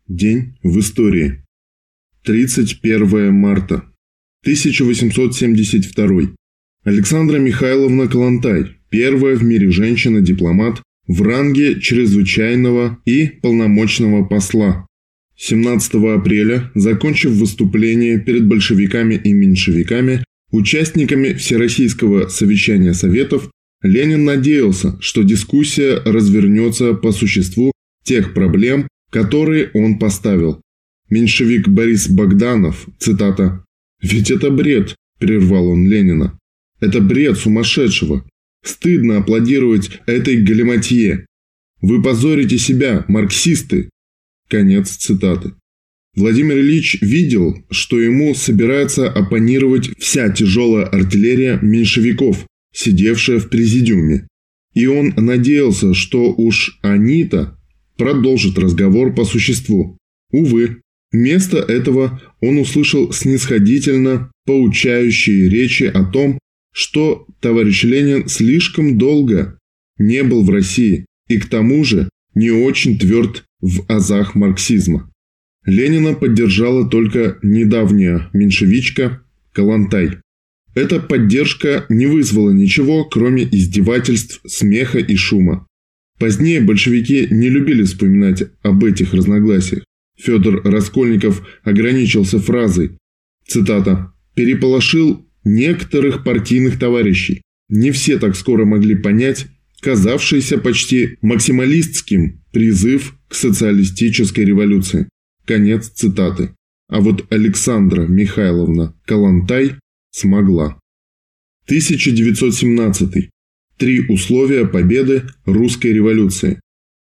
День в истории. 31 марта. 1872. Александра Михайловна Калантай, первая в мире женщина-дипломат в ранге чрезвычайного и полномочного посла. 17 апреля, закончив выступление перед большевиками и меньшевиками, участниками Всероссийского совещания Советов, Ленин надеялся, что дискуссия развернется по существу тех проблем, которые он поставил. Меньшевик Борис Богданов, цитата, «Ведь это бред», – прервал он Ленина. «Это бред сумасшедшего. Стыдно аплодировать этой галиматье. Вы позорите себя, марксисты». Конец цитаты. Владимир Ильич видел, что ему собирается оппонировать вся тяжелая артиллерия меньшевиков, сидевшая в президиуме. И он надеялся, что уж они-то продолжит разговор по существу. Увы, вместо этого он услышал снисходительно поучающие речи о том, что товарищ Ленин слишком долго не был в России и к тому же не очень тверд в азах марксизма. Ленина поддержала только недавняя меньшевичка Калантай. Эта поддержка не вызвала ничего, кроме издевательств, смеха и шума. Позднее большевики не любили вспоминать об этих разногласиях. Федор Раскольников ограничился фразой, цитата, «переполошил некоторых партийных товарищей. Не все так скоро могли понять казавшийся почти максималистским призыв к социалистической революции». Конец цитаты. А вот Александра Михайловна Калантай смогла. 1917. 3 условия победы русской революции.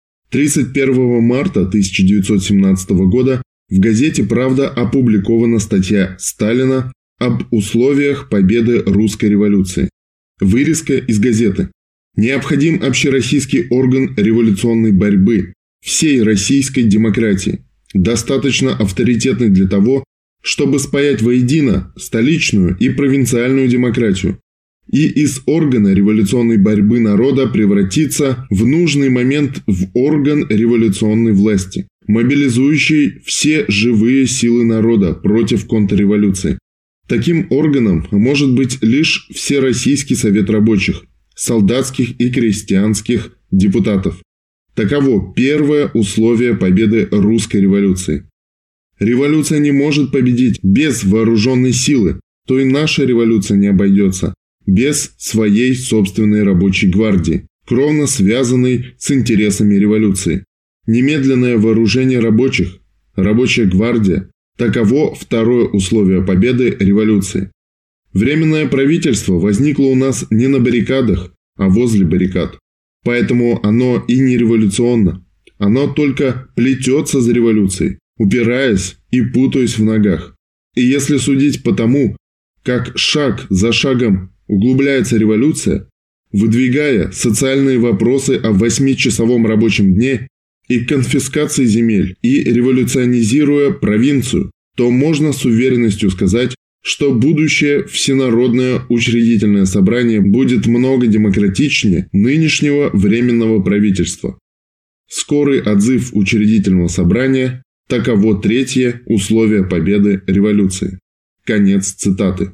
31 марта 1917 года в газете «Правда» опубликована статья Сталина об условиях победы русской революции. Вырезка из газеты. Необходим общероссийский орган революционной борьбы всей российской демократии, достаточно авторитетный для того, чтобы спаять воедино столичную и провинциальную демократию, и из органа революционной борьбы народа превратиться в нужный момент в орган революционной власти, мобилизующий все живые силы народа против контрреволюции. Таким органом может быть лишь Всероссийский совет рабочих, солдатских и крестьянских депутатов. Таково первое условие победы русской революции. Революция не может победить без вооруженной силы, то и наша революция не обойдется без своей собственной рабочей гвардии, кровно связанной с интересами революции. Немедленное вооружение рабочих, рабочая гвардия – таково второе условие победы революции. Временное правительство возникло у нас не на баррикадах, а возле баррикад. Поэтому оно и не революционно. Оно только плетется за революцией, упираясь и путаясь в ногах. И если судить по тому, как шаг за шагом углубляется революция, выдвигая социальные вопросы о 8-часовом рабочем дне и конфискации земель, и революционизируя провинцию, то можно с уверенностью сказать, что будущее всенародное учредительное собрание будет много демократичнее нынешнего временного правительства. Скорый отзыв учредительного собрания – таково третье условие победы революции. Конец цитаты.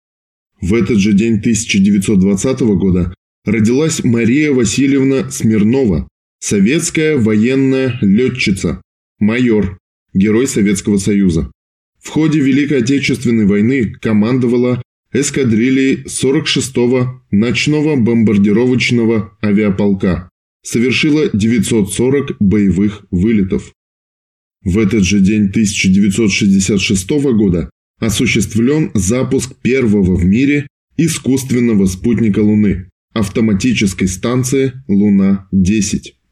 В этот же день 1920 года родилась Мария Васильевна Смирнова, советская военная летчица, майор, герой Советского Союза. В ходе Великой Отечественной войны командовала эскадрильей 46-го ночного бомбардировочного авиаполка, совершила 940 боевых вылетов. В этот же день 1966 года осуществлен запуск первого в мире искусственного спутника Луны, автоматической станции Луна-10.